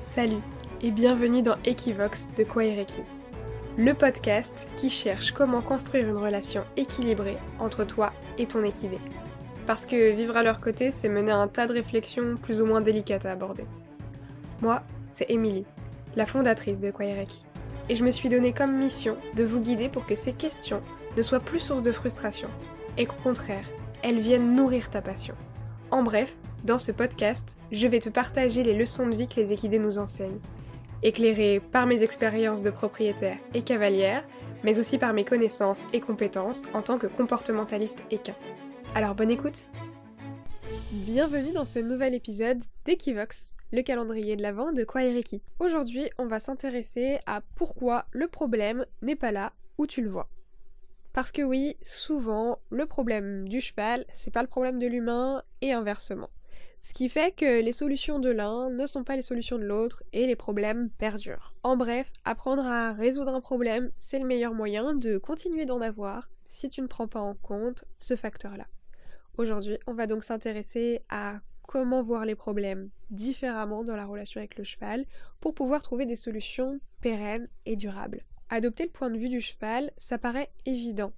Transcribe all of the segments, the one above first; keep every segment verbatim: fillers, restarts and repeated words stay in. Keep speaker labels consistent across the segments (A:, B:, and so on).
A: Salut et bienvenue dans Equivox de Kwaereki, le podcast qui cherche comment construire une relation équilibrée entre toi et ton équidé. Parce que vivre à leur côté, c'est mener un tas de réflexions plus ou moins délicates à aborder. Moi, c'est Émilie, la fondatrice de Kwaereki, et je me suis donné comme mission de vous guider pour que ces questions ne soient plus source de frustration, et qu'au contraire, elles viennent nourrir ta passion. En bref, dans ce podcast, je vais te partager les leçons de vie que les équidés nous enseignent, éclairées par mes expériences de propriétaire et cavalière, mais aussi par mes connaissances et compétences en tant que comportementaliste équin. Alors bonne écoute! Bienvenue dans ce nouvel épisode d'Equivox, le calendrier de l'Avent de Kwaereki. Aujourd'hui, on va s'intéresser à pourquoi le problème n'est pas là où tu le vois. Parce que oui, souvent, le problème du cheval, c'est pas le problème de l'humain et inversement. Ce qui fait que les solutions de l'un ne sont pas les solutions de l'autre et les problèmes perdurent. En bref, apprendre à résoudre un problème, c'est le meilleur moyen de continuer d'en avoir si tu ne prends pas en compte ce facteur-là. Aujourd'hui, on va donc s'intéresser à comment voir les problèmes différemment dans la relation avec le cheval pour pouvoir trouver des solutions pérennes et durables. Adopter le point de vue du cheval, ça paraît évident.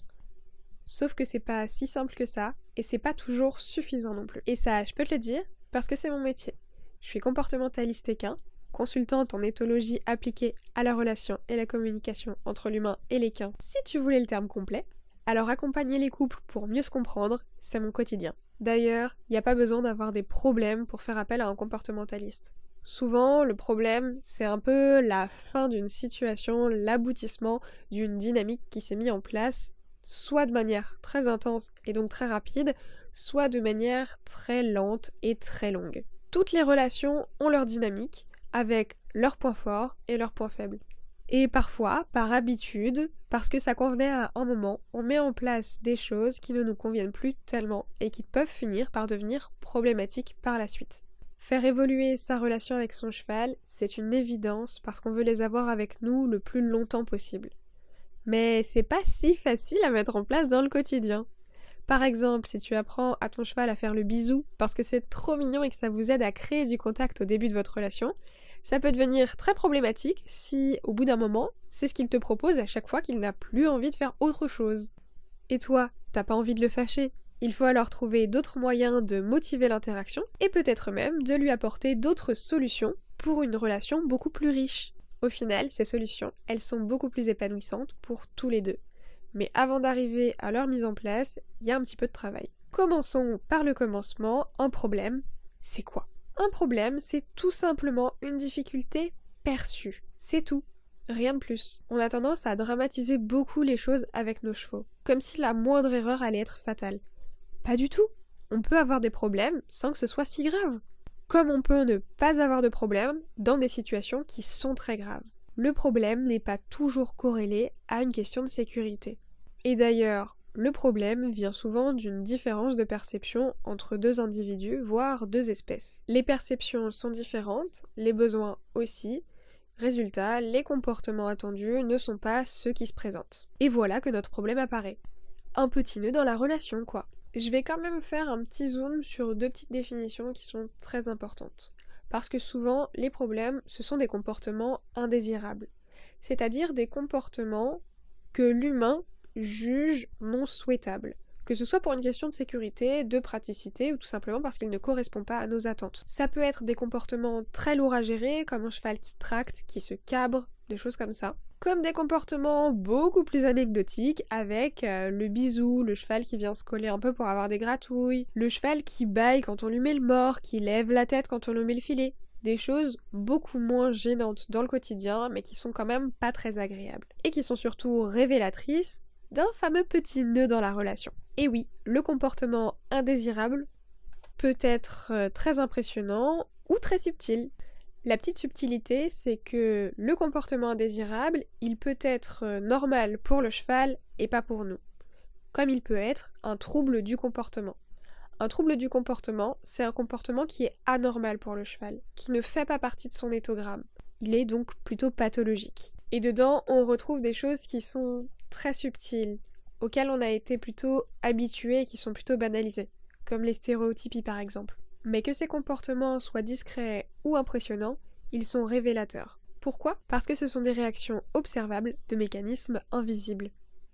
A: Sauf que c'est pas si simple que ça, et c'est pas toujours suffisant non plus. Et ça, je peux te le dire, parce que c'est mon métier. Je suis comportementaliste équin, consultante en éthologie appliquée à la relation et la communication entre l'humain et l'équin, si tu voulais le terme complet. Alors accompagner les couples pour mieux se comprendre, c'est mon quotidien. D'ailleurs, il n'y a pas besoin d'avoir des problèmes pour faire appel à un comportementaliste. Souvent, le problème, c'est un peu la fin d'une situation, l'aboutissement d'une dynamique qui s'est mise en place, soit de manière très intense et donc très rapide, soit de manière très lente et très longue. Toutes les relations ont leur dynamique, avec leurs points forts et leurs points faibles. Et parfois, par habitude, parce que ça convenait à un moment, on met en place des choses qui ne nous conviennent plus tellement et qui peuvent finir par devenir problématiques par la suite. Faire évoluer sa relation avec son cheval, c'est une évidence parce qu'on veut les avoir avec nous le plus longtemps possible. Mais c'est pas si facile à mettre en place dans le quotidien. Par exemple, si tu apprends à ton cheval à faire le bisou parce que c'est trop mignon et que ça vous aide à créer du contact au début de votre relation, ça peut devenir très problématique si, au bout d'un moment, c'est ce qu'il te propose à chaque fois qu'il n'a plus envie de faire autre chose. Et toi, t'as pas envie de le fâcher. Il faut alors trouver d'autres moyens de motiver l'interaction et peut-être même de lui apporter d'autres solutions pour une relation beaucoup plus riche. Au final, ces solutions, elles sont beaucoup plus épanouissantes pour tous les deux. Mais avant d'arriver à leur mise en place, il y a un petit peu de travail. Commençons par le commencement. Un problème, c'est quoi ? Un problème, c'est tout simplement une difficulté perçue. C'est tout. Rien de plus. On a tendance à dramatiser beaucoup les choses avec nos chevaux, comme si la moindre erreur allait être fatale. Pas du tout. On peut avoir des problèmes sans que ce soit si grave. Comme on peut ne pas avoir de problème dans des situations qui sont très graves. Le problème n'est pas toujours corrélé à une question de sécurité. Et d'ailleurs, le problème vient souvent d'une différence de perception entre deux individus, voire deux espèces. Les perceptions sont différentes, les besoins aussi. Résultat, les comportements attendus ne sont pas ceux qui se présentent. Et voilà que notre problème apparaît. Un petit nœud dans la relation, quoi. Je vais quand même faire un petit zoom sur deux petites définitions qui sont très importantes. Parce que souvent, les problèmes, ce sont des comportements indésirables. C'est-à-dire des comportements que l'humain juge non souhaitables. Que ce soit pour une question de sécurité, de praticité, ou tout simplement parce qu'il ne correspond pas à nos attentes. Ça peut être des comportements très lourds à gérer, comme un cheval qui tracte, qui se cabre, des choses comme ça. Comme des comportements beaucoup plus anecdotiques avec euh, le bisou, le cheval qui vient se coller un peu pour avoir des gratouilles, le cheval qui bâille quand on lui met le mors, qui lève la tête quand on lui met le filet. Des choses beaucoup moins gênantes dans le quotidien, mais qui sont quand même pas très agréables. Et qui sont surtout révélatrices d'un fameux petit nœud dans la relation. Et oui, le comportement indésirable peut être euh, très impressionnant ou très subtil. La petite subtilité, c'est que le comportement indésirable, il peut être normal pour le cheval et pas pour nous. Comme il peut être un trouble du comportement. Un trouble du comportement, c'est un comportement qui est anormal pour le cheval, qui ne fait pas partie de son éthogramme. Il est donc plutôt pathologique. Et dedans, on retrouve des choses qui sont très subtiles, auxquelles on a été plutôt habitué et qui sont plutôt banalisées, comme les stéréotypies par exemple. Mais que ces comportements soient discrets ou impressionnants, ils sont révélateurs. Pourquoi ? Parce que ce sont des réactions observables de mécanismes invisibles.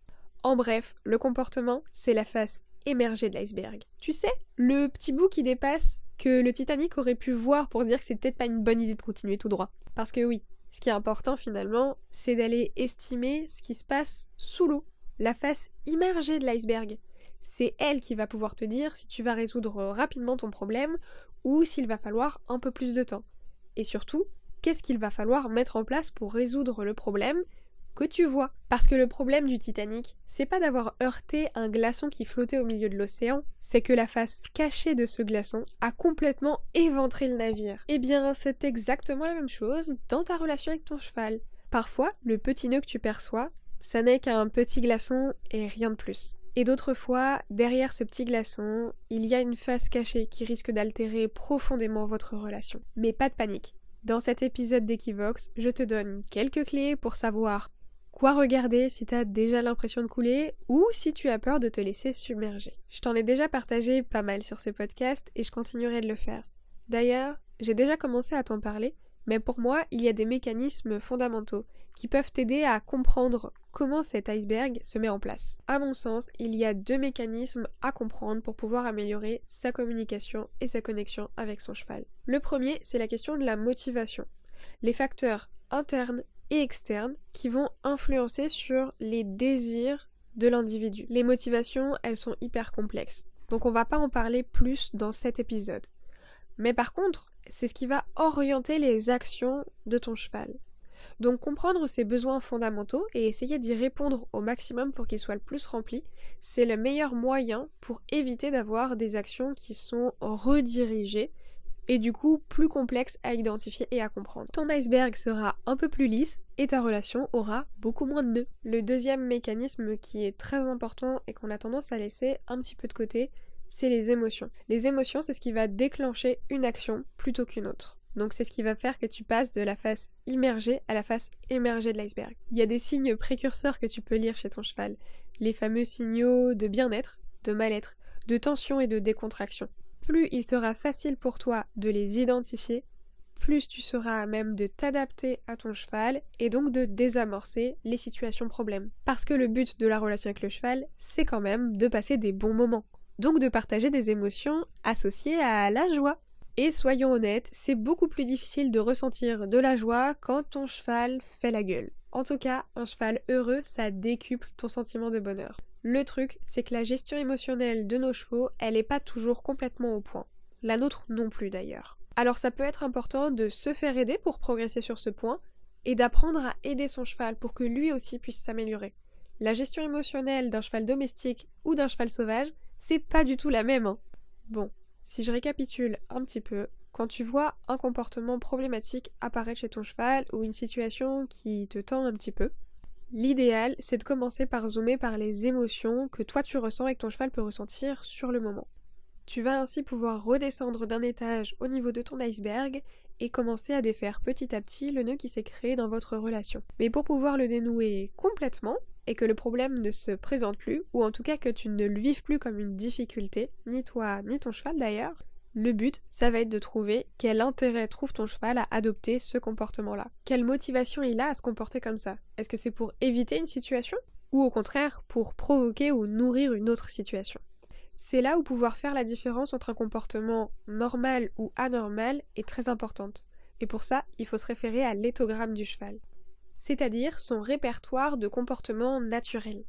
A: En bref, le comportement, c'est la face émergée de l'iceberg. Tu sais, le petit bout qui dépasse que le Titanic aurait pu voir pour dire que c'est peut-être pas une bonne idée de continuer tout droit. Parce que oui, ce qui est important finalement, c'est d'aller estimer ce qui se passe sous l'eau, la face immergée de l'iceberg. C'est elle qui va pouvoir te dire si tu vas résoudre rapidement ton problème ou s'il va falloir un peu plus de temps. Et surtout, qu'est-ce qu'il va falloir mettre en place pour résoudre le problème que tu vois. Parce que le problème du Titanic, c'est pas d'avoir heurté un glaçon qui flottait au milieu de l'océan, c'est que la face cachée de ce glaçon a complètement éventré le navire. Eh bien, c'est exactement la même chose dans ta relation avec ton cheval. Parfois, le petit nœud que tu perçois, ça n'est qu'un petit glaçon et rien de plus. Et d'autres fois, derrière ce petit glaçon, il y a une face cachée qui risque d'altérer profondément votre relation. Mais pas de panique. Dans cet épisode d'Equivox, je te donne quelques clés pour savoir quoi regarder si t'as déjà l'impression de couler ou si tu as peur de te laisser submerger. Je t'en ai déjà partagé pas mal sur ce podcast et je continuerai de le faire. D'ailleurs, j'ai déjà commencé à t'en parler, mais pour moi, il y a des mécanismes fondamentaux qui peuvent t'aider à comprendre comment cet iceberg se met en place. À mon sens, il y a deux mécanismes à comprendre pour pouvoir améliorer sa communication et sa connexion avec son cheval. Le premier, c'est la question de la motivation. Les facteurs internes et externes qui vont influencer sur les désirs de l'individu. Les motivations, elles sont hyper complexes, donc on va pas en parler plus dans cet épisode. Mais par contre, c'est ce qui va orienter les actions de ton cheval. Donc comprendre ses besoins fondamentaux et essayer d'y répondre au maximum pour qu'ils soient le plus remplis, c'est le meilleur moyen pour éviter d'avoir des actions qui sont redirigées et du coup plus complexes à identifier et à comprendre. Ton iceberg sera un peu plus lisse et ta relation aura beaucoup moins de nœuds. Le deuxième mécanisme qui est très important et qu'on a tendance à laisser un petit peu de côté, c'est les émotions. Les émotions, c'est ce qui va déclencher une action plutôt qu'une autre. Donc c'est ce qui va faire que tu passes de la face immergée à la face émergée de l'iceberg. Il y a des signes précurseurs que tu peux lire chez ton cheval. Les fameux signaux de bien-être, de mal-être, de tension et de décontraction. Plus il sera facile pour toi de les identifier, plus tu seras à même de t'adapter à ton cheval et donc de désamorcer les situations problèmes. Parce que le but de la relation avec le cheval, c'est quand même de passer des bons moments. Donc de partager des émotions associées à la joie. Et soyons honnêtes, c'est beaucoup plus difficile de ressentir de la joie quand ton cheval fait la gueule. En tout cas, un cheval heureux, ça décuple ton sentiment de bonheur. Le truc, c'est que la gestion émotionnelle de nos chevaux, elle n'est pas toujours complètement au point. La nôtre non plus d'ailleurs. Alors ça peut être important de se faire aider pour progresser sur ce point, et d'apprendre à aider son cheval pour que lui aussi puisse s'améliorer. La gestion émotionnelle d'un cheval domestique ou d'un cheval sauvage, c'est pas du tout la même, hein. Bon. Si je récapitule un petit peu, quand tu vois un comportement problématique apparaître chez ton cheval ou une situation qui te tend un petit peu, l'idéal c'est de commencer par zoomer par les émotions que toi tu ressens et que ton cheval peut ressentir sur le moment. Tu vas ainsi pouvoir redescendre d'un étage au niveau de ton iceberg et commencer à défaire petit à petit le nœud qui s'est créé dans votre relation. Mais pour pouvoir le dénouer complètement, et que le problème ne se présente plus, ou en tout cas que tu ne le vives plus comme une difficulté, ni toi, ni ton cheval d'ailleurs, le but, ça va être de trouver quel intérêt trouve ton cheval à adopter ce comportement-là. Quelle motivation il a à se comporter comme ça? Est-ce que c'est pour éviter une situation? Ou au contraire, pour provoquer ou nourrir une autre situation? C'est là où pouvoir faire la différence entre un comportement normal ou anormal est très importante. Et pour ça, il faut se référer à l'éthogramme du cheval. C'est-à-dire son répertoire de comportements naturels.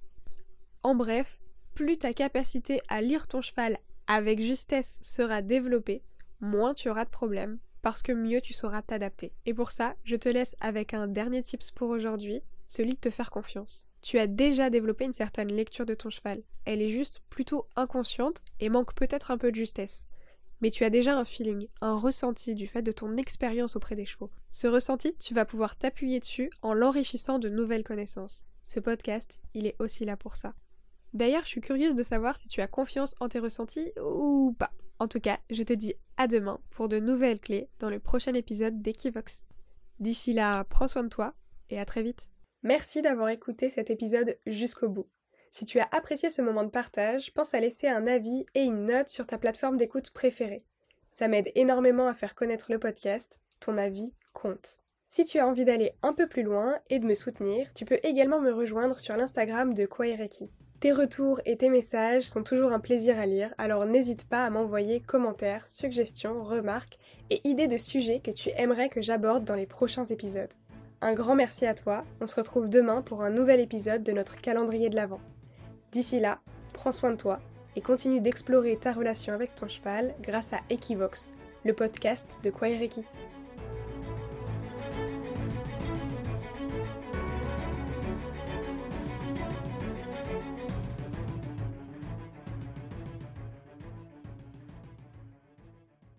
A: En bref, plus ta capacité à lire ton cheval avec justesse sera développée, moins tu auras de problèmes, parce que mieux tu sauras t'adapter. Et pour ça, je te laisse avec un dernier tips pour aujourd'hui, celui de te faire confiance. Tu as déjà développé une certaine lecture de ton cheval. Elle est juste plutôt inconsciente et manque peut-être un peu de justesse. Mais tu as déjà un feeling, un ressenti du fait de ton expérience auprès des chevaux. Ce ressenti, tu vas pouvoir t'appuyer dessus en l'enrichissant de nouvelles connaissances. Ce podcast, il est aussi là pour ça. D'ailleurs, je suis curieuse de savoir si tu as confiance en tes ressentis ou pas. En tout cas, je te dis à demain pour de nouvelles clés dans le prochain épisode d'Equivox. D'ici là, prends soin de toi et à très vite. Merci d'avoir écouté cet épisode jusqu'au bout. Si tu as apprécié ce moment de partage, pense à laisser un avis et une note sur ta plateforme d'écoute préférée. Ça m'aide énormément à faire connaître le podcast, ton avis compte. Si tu as envie d'aller un peu plus loin et de me soutenir, tu peux également me rejoindre sur l'Instagram de Kwaereki. Tes retours et tes messages sont toujours un plaisir à lire, alors n'hésite pas à m'envoyer commentaires, suggestions, remarques et idées de sujets que tu aimerais que j'aborde dans les prochains épisodes. Un grand merci à toi, on se retrouve demain pour un nouvel épisode de notre calendrier de l'Avent. D'ici là, prends soin de toi et continue d'explorer ta relation avec ton cheval grâce à Equivox, le podcast de Kwaereki.